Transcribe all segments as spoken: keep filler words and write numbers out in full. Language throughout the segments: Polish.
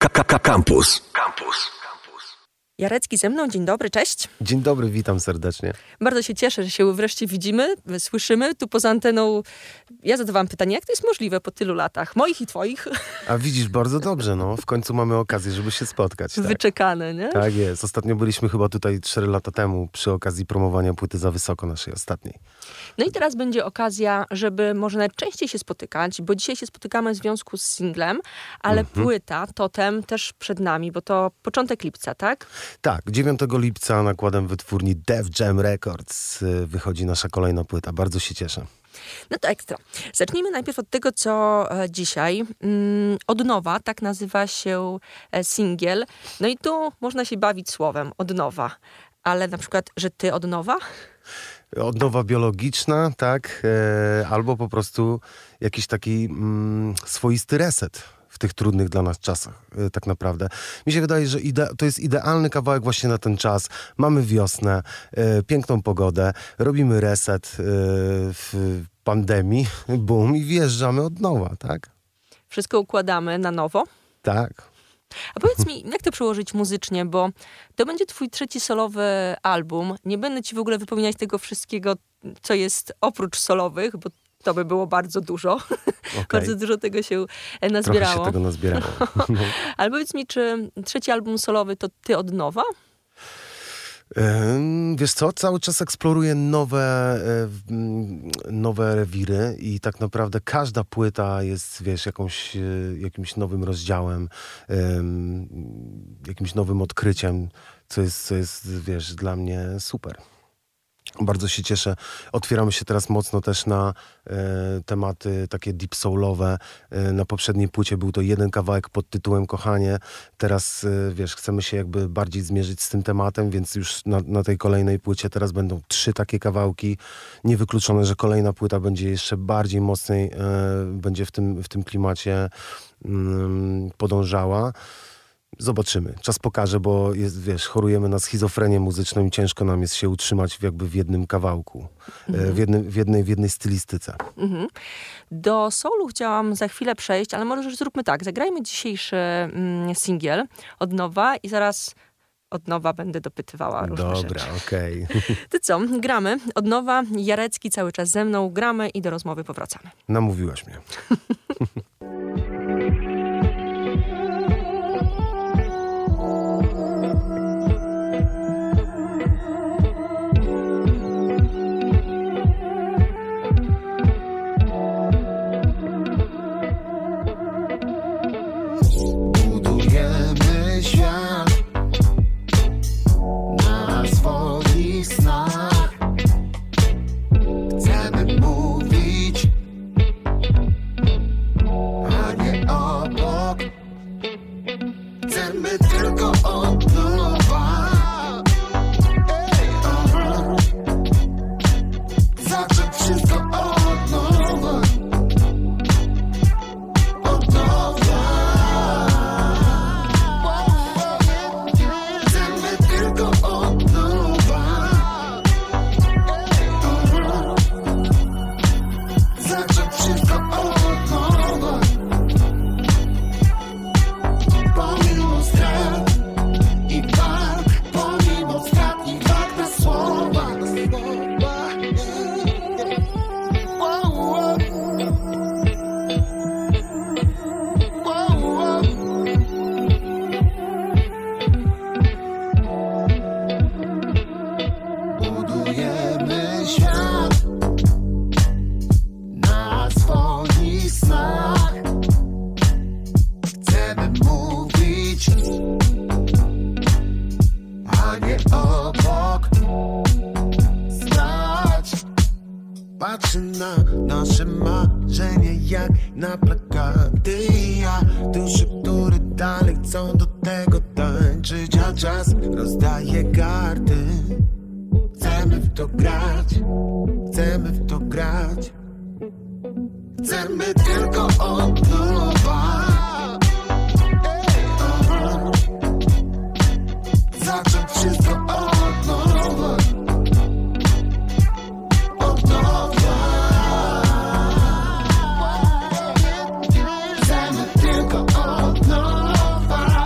Campus. Campus. Jarecki ze mną, dzień dobry, cześć. Dzień dobry, witam serdecznie. Bardzo się cieszę, że się wreszcie widzimy, słyszymy. Tu poza anteną ja zadawałam pytanie, jak to jest możliwe po tylu latach, moich i twoich? A widzisz, bardzo dobrze, no. W końcu mamy okazję, żeby się spotkać. Tak. Wyczekane, nie? Tak jest. Ostatnio byliśmy chyba tutaj cztery lata temu przy okazji promowania płyty Za Wysoko, naszej ostatniej. No i teraz będzie okazja, żeby może nawet częściej się spotykać, bo dzisiaj się spotykamy w związku z singlem, ale mhm. płyta, Totem też przed nami, bo to początek lipca, tak? Tak, dziewiątego lipca nakładem wytwórni Def Jam Records wychodzi nasza kolejna płyta. Bardzo się cieszę. No to ekstra. Zacznijmy najpierw od tego, co dzisiaj. Mm, od nowa, tak nazywa się singiel. No i tu można się bawić słowem, od nowa. Ale na przykład, że ty od nowa? Odnowa biologiczna, tak? E, albo po prostu jakiś taki mm, swoisty reset w tych trudnych dla nas czasach, e, tak naprawdę. Mi się wydaje, że ide- to jest idealny kawałek właśnie na ten czas. Mamy wiosnę, e, piękną pogodę, robimy reset e, w pandemii, bum, i wjeżdżamy od nowa, tak? Wszystko układamy na nowo? Tak. A powiedz mi, jak to przełożyć muzycznie, bo to będzie twój trzeci solowy album. Nie będę ci w ogóle wypominać tego wszystkiego, co jest oprócz solowych, bo to by było bardzo dużo. Okay. Bardzo dużo tego się nazbierało. Trochę się tego nazbierało. No. Ale powiedz mi, czy trzeci album solowy to ty od nowa? Wiesz co, cały czas eksploruję nowe, nowe rewiry i tak naprawdę każda płyta jest, wiesz, jakąś, jakimś nowym rozdziałem, jakimś nowym odkryciem, co jest, co jest, wiesz, dla mnie super. Bardzo się cieszę. Otwieramy się teraz mocno też na e, tematy takie deep soulowe. E, na poprzedniej płycie był to jeden kawałek pod tytułem Kochanie. Teraz, e, wiesz, chcemy się jakby bardziej zmierzyć z tym tematem, więc już na, na tej kolejnej płycie teraz będą trzy takie kawałki. Niewykluczone, że kolejna płyta będzie jeszcze bardziej mocniej, e, będzie w tym, w tym klimacie mm, podążała. Zobaczymy. Czas pokaże, bo jest, wiesz, chorujemy na schizofrenię muzyczną i ciężko nam jest się utrzymać jakby w jednym kawałku, mm-hmm. w, jednym, w, jednej, w jednej stylistyce. Mm-hmm. Do soulu chciałam za chwilę przejść, ale może już zróbmy tak. Zagrajmy dzisiejszy mm, singiel od nowa i zaraz od nowa będę dopytywała różne Dobra, rzeczy. Dobra, okej. Okay. To co? Gramy. Od nowa. Jarecki cały czas ze mną. Gramy i do rozmowy powracamy. Namówiłaś mnie. Chcemy tylko od nowa.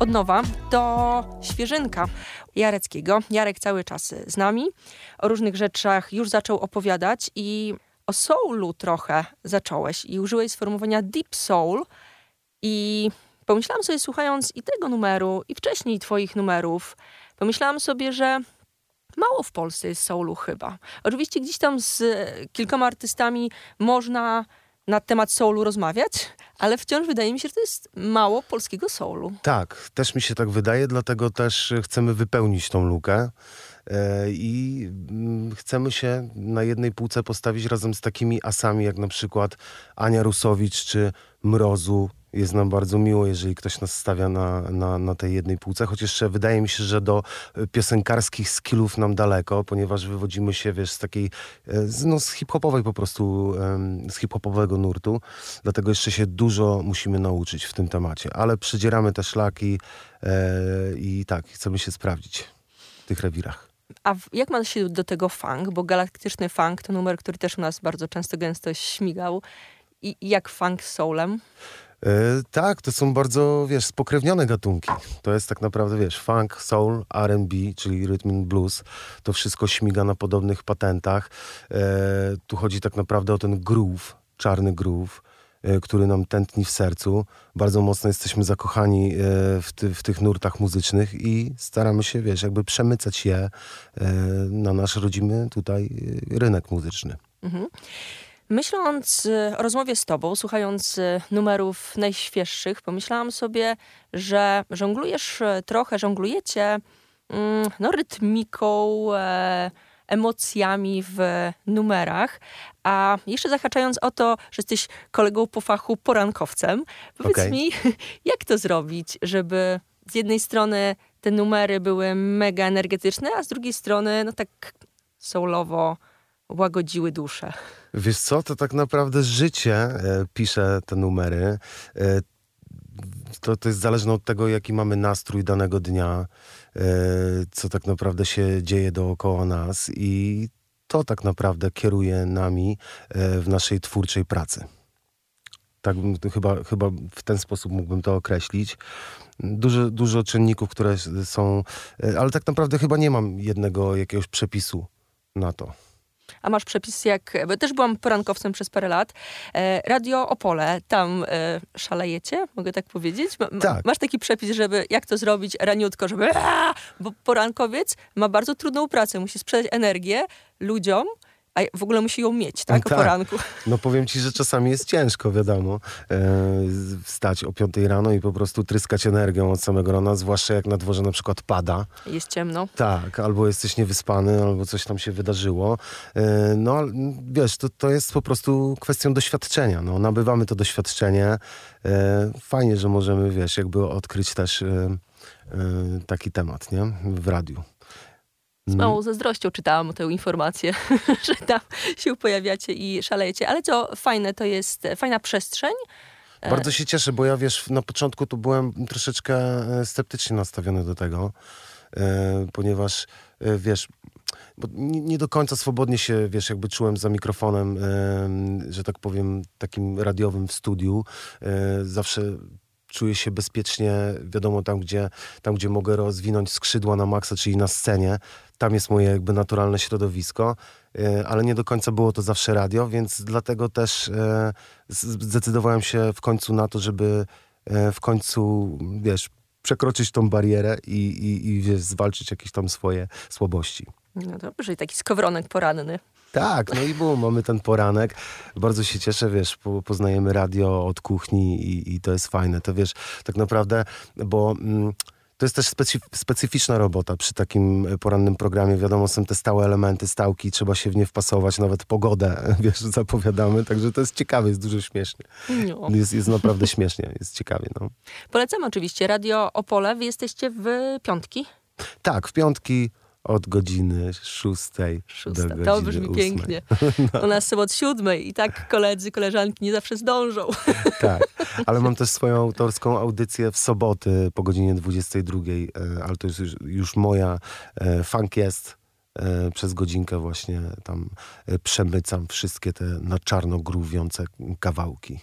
od nowa, to świeżynka Jareckiego. Jarek cały czas z nami. O różnych rzeczach już zaczął opowiadać i o soulu trochę zacząłeś i użyłeś sformułowania deep soul i pomyślałam sobie, słuchając i tego numeru, i wcześniej twoich numerów, pomyślałam sobie, że mało w Polsce jest soulu chyba. Oczywiście gdzieś tam z kilkoma artystami można na temat soulu rozmawiać, ale wciąż wydaje mi się, że to jest mało polskiego soulu. Tak, też mi się tak wydaje, dlatego też chcemy wypełnić tą lukę e, i mm, chcemy się na jednej półce postawić razem z takimi asami, jak na przykład Ania Rusowicz czy Mrozu. Jest nam bardzo miło, jeżeli ktoś nas stawia na, na, na tej jednej półce, choć jeszcze wydaje mi się, że do piosenkarskich skillów nam daleko, ponieważ wywodzimy się, wiesz, z takiej, z, no, z hip-hopowej po prostu, z hip-hopowego nurtu, dlatego jeszcze się dużo musimy nauczyć w tym temacie, ale przydzieramy te szlaki e, i tak, chcemy się sprawdzić w tych rewirach. A w, jak ma się do tego funk? Bo Galaktyczny Funk to numer, który też u nas bardzo często gęsto śmigał. I, i jak funk z soulem? Yy, tak, to są bardzo, wiesz, spokrewnione gatunki. To jest tak naprawdę, wiesz, funk, soul, R and B, czyli rhythm and blues. To wszystko śmiga na podobnych patentach. Yy, tu chodzi tak naprawdę o ten groove, czarny groove, yy, który nam tętni w sercu. Bardzo mocno jesteśmy zakochani yy, w, ty, w tych nurtach muzycznych i staramy się, wiesz, jakby przemycać je yy, na nasz rodzimy tutaj yy, rynek muzyczny. Mhm. Myśląc o rozmowie z tobą, słuchając numerów najświeższych, pomyślałam sobie, że żonglujesz trochę, żonglujecie no, rytmiką, e, emocjami w numerach, a jeszcze zahaczając o to, że jesteś kolegą po fachu porankowcem, powiedz Okay. mi, jak to zrobić, żeby z jednej strony te numery były mega energetyczne, a z drugiej strony no tak soulowo łagodziły duszę. Wiesz co, to tak naprawdę życie e, pisze te numery. E, to, to jest zależne od tego, jaki mamy nastrój danego dnia, e, co tak naprawdę się dzieje dookoła nas i to tak naprawdę kieruje nami e, w naszej twórczej pracy. Tak bym, chyba, chyba w ten sposób mógłbym to określić. Dużo, dużo czynników, które są, e, ale tak naprawdę chyba nie mam jednego jakiegoś przepisu na to. A masz przepis jak, bo też byłam porankowcem przez parę lat, e, Radio Opole, tam e, szalejecie, mogę tak powiedzieć? Ma, Tak. Masz taki przepis, żeby jak to zrobić raniutko, żeby aaa, bo porankowiec ma bardzo trudną pracę, musi sprzedać energię ludziom, a w ogóle musi ją mieć, tak, tak. o poranku. No powiem ci, że czasami jest ciężko, wiadomo, e, wstać o piątej rano i po prostu tryskać energią od samego rana, zwłaszcza jak na dworze na przykład pada. Jest ciemno. Tak, albo jesteś niewyspany, albo coś tam się wydarzyło. E, no wiesz, to, to jest po prostu kwestią doświadczenia. No, nabywamy to doświadczenie. E, fajnie, że możemy, wiesz, jakby odkryć też e, e, taki temat, nie? W radiu. Z małą zazdrością czytałam tę informację, że tam się pojawiacie i szalejecie. Ale co fajne, to jest fajna przestrzeń. Bardzo się cieszę, bo ja, wiesz, na początku to byłem troszeczkę sceptycznie nastawiony do tego, e, ponieważ, e, wiesz, bo nie, nie do końca swobodnie się, wiesz, jakby czułem za mikrofonem, e, że tak powiem, takim radiowym w studiu. E, zawsze czuję się bezpiecznie, wiadomo, tam gdzie, tam, gdzie mogę rozwinąć skrzydła na maksa, czyli na scenie. Tam jest moje jakby naturalne środowisko, e, ale nie do końca było to zawsze radio, więc dlatego też e, zdecydowałem się w końcu na to, żeby e, w końcu, wiesz, przekroczyć tą barierę i, i, i wiesz, zwalczyć jakieś tam swoje słabości. No dobrze, i taki skowronek poranny. Tak, no i było, mamy ten poranek. Bardzo się cieszę, wiesz, po, poznajemy radio od kuchni i, i to jest fajne. To wiesz, tak naprawdę, bo mm, to jest też specyf specyficzna robota przy takim porannym programie. Wiadomo, są te stałe elementy, stałki, trzeba się w nie wpasować, nawet pogodę, wiesz, zapowiadamy. Także to jest ciekawe, jest dużo śmiesznie. No. Jest, jest naprawdę śmiesznie, jest ciekawie, no. Polecam oczywiście Radio Opole. Wy jesteście w piątki? Tak, w piątki od godziny szóstej Szósta. do godziny To brzmi ósmej. pięknie. No. U nas są od siódmej i tak koledzy, koleżanki nie zawsze zdążą. Tak, ale mam też swoją autorską audycję w soboty po godzinie dwudziestej drugiej, ale to jest już, już moja. Funk jest. Przez godzinkę właśnie tam przemycam wszystkie te na czarno gruwiące kawałki.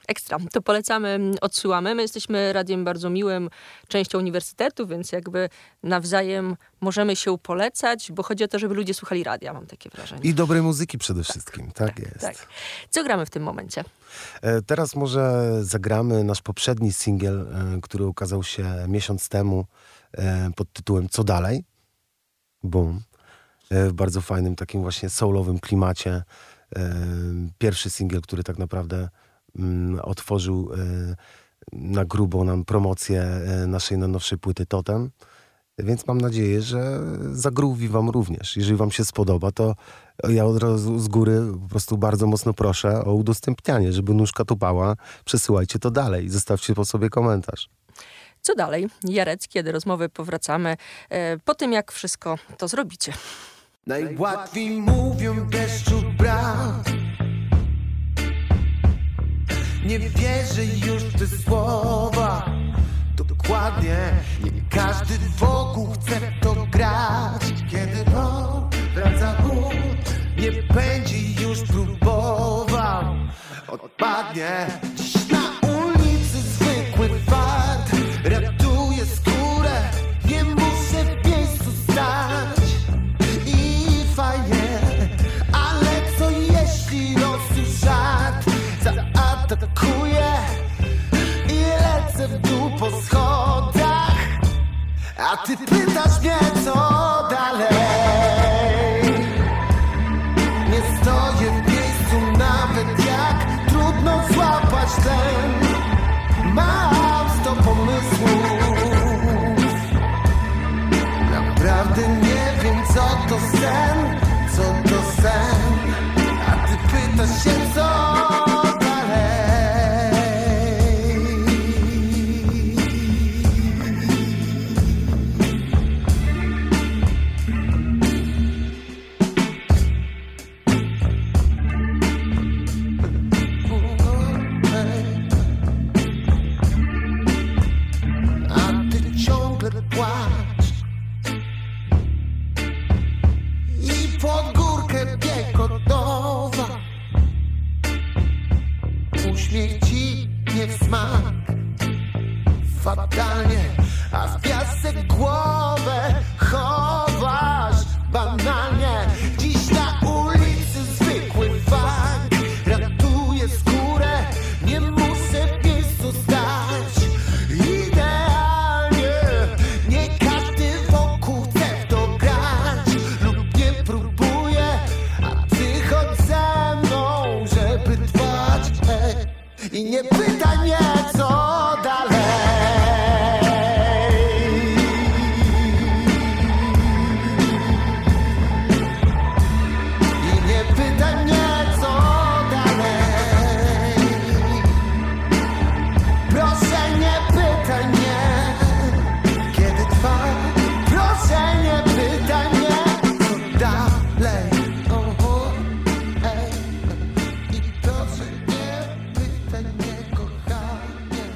Ekstra. To polecamy, odsyłamy. My jesteśmy radiem bardzo miłym, częścią uniwersytetu, więc jakby nawzajem możemy się polecać, bo chodzi o to, żeby ludzie słuchali radia, mam takie wrażenie. I dobrej muzyki przede wszystkim. Tak, tak, tak jest. Tak. Co gramy w tym momencie? E, teraz może zagramy nasz poprzedni singiel, e, który ukazał się miesiąc temu e, pod tytułem Co dalej? Boom. E, w bardzo fajnym, takim właśnie soulowym klimacie. E, pierwszy singiel, który tak naprawdę mm, otworzył e, na grubo nam promocję e, naszej najnowszej płyty Totem. Więc mam nadzieję, że zagrówi wam również. Jeżeli wam się spodoba, to ja od razu z góry po prostu bardzo mocno proszę o udostępnianie, żeby nóżka tupała. Przesyłajcie to dalej. Zostawcie po sobie komentarz. Co dalej? Jarec, kiedy rozmowy powracamy e, po tym, jak wszystko to zrobicie. Najłatwiej mówią deszczu brak. Nie wierzę już w te słowa. Dokładnie, nie każdy wokół chce w to grać. Kiedy wraca ból, nie będzie już próbował. Odpadnie dziś na ulicy zwykły fart. Ratuje skórę, nie muszę w miejscu stać. I fajnie, ale co jeśli los już żart zaatakuje i lecę w dół po schodach, a ty pytasz mnie co dalej. Nie stoję w miejscu nawet jak trudno złapać ten. Mam sto pomysłów. Naprawdę nie wiem co to sen, co to sen, a ty pytasz się co dalej. Płacz i pod górkę bieg gotowa. Uśmiech ci nie w smak fatalnie, a w piasek głowę chowasz banalnie. Dziś na ulicy zwykły fakt ratuje skórę, nie muszę w miejscu stać. I nie pytaj mnie co dalej. I nie pytaj mnie co dalej. Proszę nie pytaj mnie kiedy trwa. Proszę nie pytaj mnie co dalej. Oh, hey. I proszę nie pytaj mnie kochanie.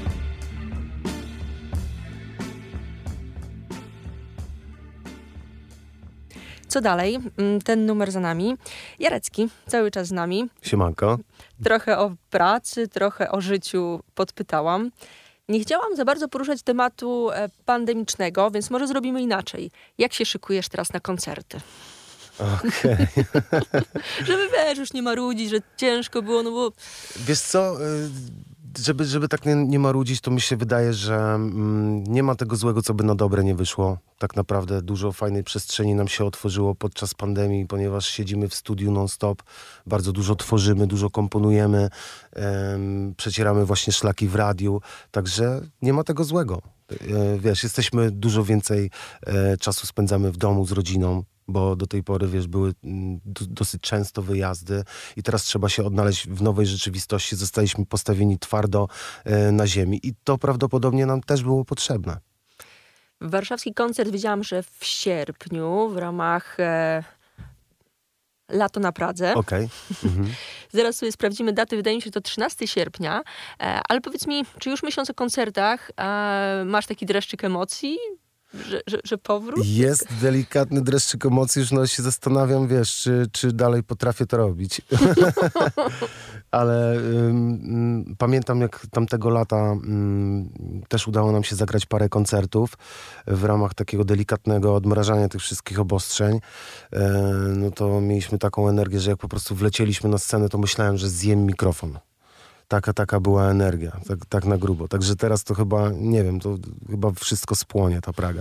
Co dalej? Ten numer za nami. Jarecki, cały czas z nami. Siemanko. Trochę o pracy, trochę o życiu podpytałam. Nie chciałam za bardzo poruszać tematu pandemicznego, więc może zrobimy inaczej. Jak się szykujesz teraz na koncerty? Okej. Okay. Żeby, wiesz, już nie marudzić, że ciężko było, no bo... Wiesz co, żeby, żeby tak nie, nie marudzić, to mi się wydaje, że mm, nie ma tego złego, co by na dobre nie wyszło. Tak naprawdę dużo fajnej przestrzeni nam się otworzyło podczas pandemii, ponieważ siedzimy w studiu non-stop, bardzo dużo tworzymy, dużo komponujemy, em, przecieramy właśnie szlaki w radiu, także nie ma tego złego. E, wiesz, jesteśmy dużo więcej e, czasu spędzamy w domu z rodziną, bo do tej pory, wiesz, były d- dosyć często wyjazdy i teraz trzeba się odnaleźć w nowej rzeczywistości. Zostaliśmy postawieni twardo e, na ziemi i to prawdopodobnie nam też było potrzebne. Warszawski koncert wiedziałam, że w sierpniu w ramach e, Lato na Pradze. Okej. Okay. Mhm. Zaraz sobie sprawdzimy daty, wydaje mi się, że to trzynastego sierpnia. E, ale powiedz mi, czy już myśląc o koncertach, e, masz taki dreszczyk emocji? że, że, że powrót? Jest delikatny dreszczyk emocji, już no się zastanawiam, wiesz, czy, czy dalej potrafię to robić. Ale ym, pamiętam, jak tamtego lata ym, też udało nam się zagrać parę koncertów w ramach takiego delikatnego odmrażania tych wszystkich obostrzeń. Yy, no to mieliśmy taką energię, że jak po prostu wlecieliśmy na scenę, to myślałem, że zjem mikrofon. Taka, taka była energia, tak, tak na grubo. Także teraz to chyba, nie wiem, to chyba wszystko spłonie, ta Praga.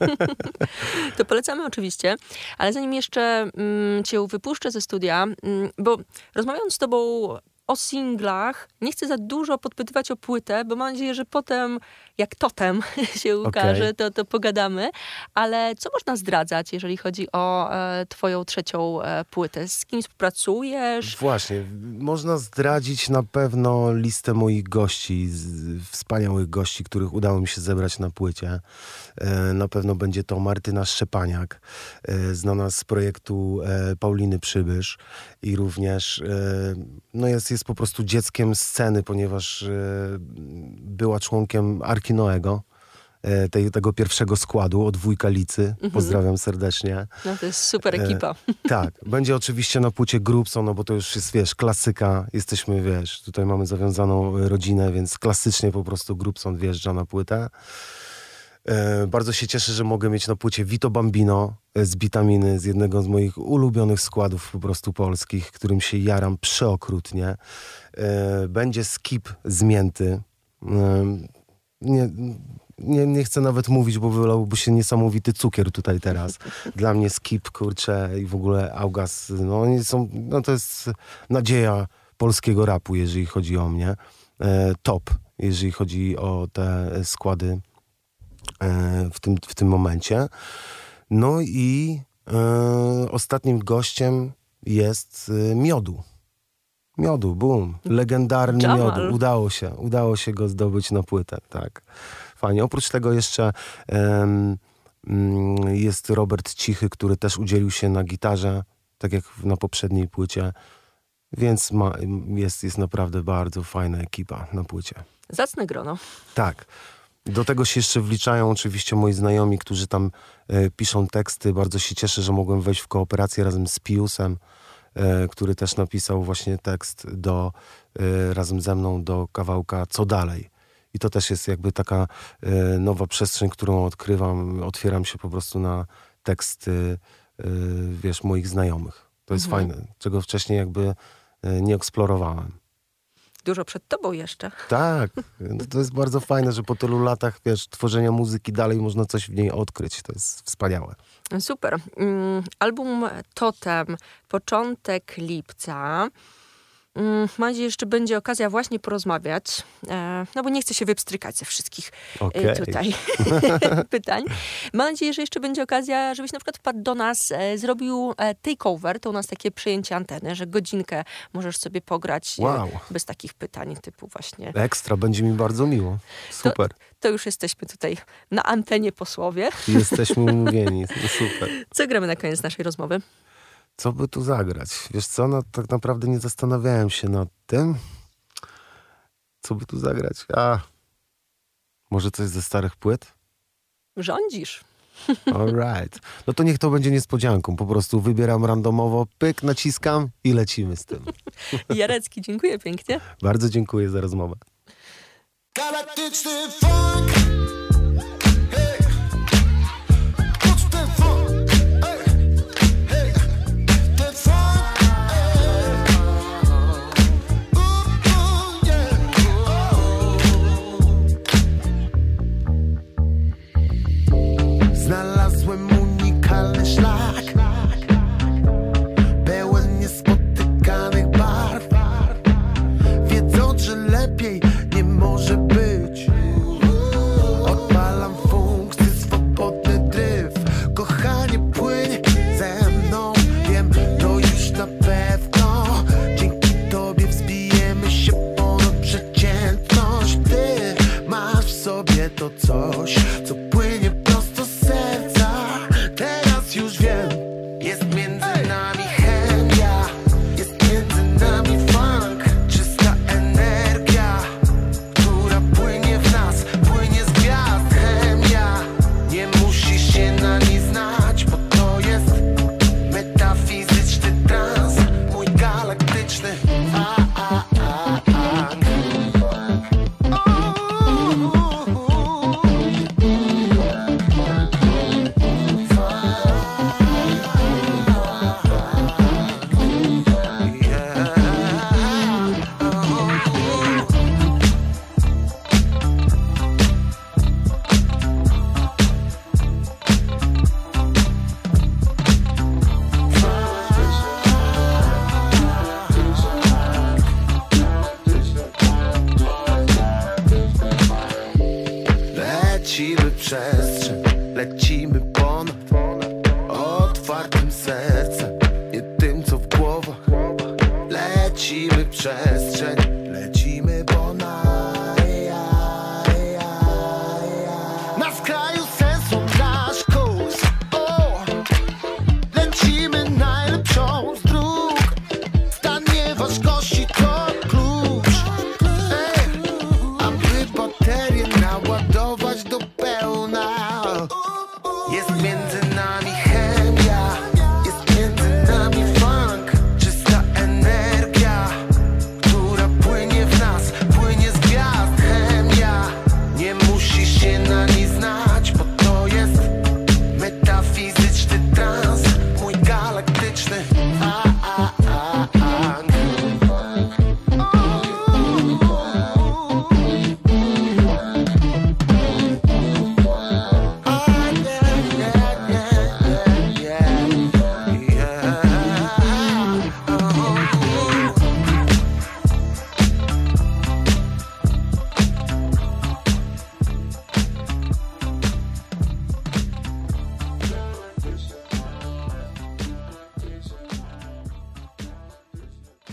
To polecamy oczywiście, ale zanim jeszcze mm, cię wypuszczę ze studia, mm, bo rozmawiając z tobą o singlach, nie chcę za dużo podpytywać o płytę, bo mam nadzieję, że potem, jak totem się ukaże, Okay. to, to pogadamy. Ale co można zdradzać, jeżeli chodzi o e, twoją trzecią e, płytę? Z kim współpracujesz? Właśnie, można zdradzić na pewno listę moich gości, z, wspaniałych gości, których udało mi się zebrać na płycie. E, na pewno będzie to Martyna Szczepaniak, e, znana z projektu e, Pauliny Przybysz i również e, no jest, jest po prostu dzieckiem sceny, ponieważ e, była członkiem Arki Noego, e, tej, tego pierwszego składu od Wujka Licy. Mhm. Pozdrawiam serdecznie. No to jest super ekipa. E, tak, będzie oczywiście na płycie Grubson, no bo to już jest, wiesz, klasyka. Jesteśmy, wiesz, tutaj mamy zawiązaną rodzinę, więc klasycznie po prostu Grubson wjeżdża na płytę. E, bardzo się cieszę, że mogę mieć na płycie Vito Bambino z Bitaminy, z jednego z moich ulubionych składów po prostu polskich, którym się jaram przeokrutnie. E, będzie Skip z Mięty. E, nie, nie, nie chcę nawet mówić, bo wylałby się niesamowity cukier tutaj teraz. Dla mnie Skip, kurczę, i w ogóle Augas, no oni są, no to jest nadzieja polskiego rapu, jeżeli chodzi o mnie. E, top, jeżeli chodzi o te składy w tym, w tym momencie. No i e, ostatnim gościem jest e, Miodu. Miodu, boom. Legendarny Jamal. Miodu. Udało się. Udało się go zdobyć na płytę. Tak. Fajnie. Oprócz tego jeszcze em, mm, jest Robert Cichy, który też udzielił się na gitarze, tak jak na poprzedniej płycie. Więc ma, jest, jest naprawdę bardzo fajna ekipa na płycie. Zacne grono. Tak. Do tego się jeszcze wliczają oczywiście moi znajomi, którzy tam e, piszą teksty. Bardzo się cieszę, że mogłem wejść w kooperację razem z Piusem, e, który też napisał właśnie tekst do, e, razem ze mną do kawałka Co dalej. I to też jest jakby taka e, nowa przestrzeń, którą odkrywam. Otwieram się po prostu na teksty, e, wiesz, moich znajomych. To jest Mhm. fajne, czego wcześniej jakby e, nie eksplorowałem. Dużo przed tobą jeszcze. Tak, no to jest bardzo fajne, że po tylu latach, wiesz, tworzenia muzyki dalej można coś w niej odkryć. To jest wspaniałe. Super. Mm, album Totem, początek lipca. Mm, mam nadzieję, że jeszcze będzie okazja właśnie porozmawiać, e, no bo nie chcę się wypstrykać ze wszystkich e, Okej. tutaj pytań. Mam nadzieję, że jeszcze będzie okazja, żebyś na przykład wpadł do nas, e, zrobił e, takeover, to u nas takie przejęcie anteny, że godzinkę możesz sobie pograć e, Wow. bez takich pytań typu właśnie. Ekstra, będzie mi bardzo miło. Super. To już jesteśmy tutaj na antenie posłowie. Jesteśmy umówieni. Super. Co gramy na koniec naszej rozmowy? Co by tu zagrać? Wiesz co, no tak naprawdę nie zastanawiałem się nad tym. Co by tu zagrać? A, może coś ze starych płyt? Rządzisz. Alright. No to niech to będzie niespodzianką. Po prostu wybieram randomowo, pyk, naciskam i lecimy z tym. Jarecki, dziękuję pięknie. Bardzo dziękuję za rozmowę. Galaktyczny funk. Hey. Poczuj ten funk. Hey. Hey. Ten funk. Hey. Ooh, ooh, yeah. Oh. Znalazłem unikalny szlak, pełen niespotykanych barw, wiedząc, że lepiej nie może być. Od lecimy w przestrzeń, lecimy po nas. Na skraju sensu nasz kurs, o, lecimy najlepszą z dróg. Stan nieważkości to klucz, ej, aby baterię naładować do pełna. Jest między nami chemia, jest między nami funk, czysta energia, która płynie w nas, płynie z gwiazd. Chemia, nie musisz się na niej znać, bo to jest metafizyczny trans, mój galaktyczny a, a, a, a.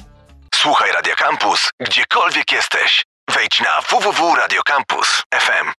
Słuchaj Radia Campus, gdziekolwiek jesteś. Wejdź na w w w kropka radio campus kropka f m.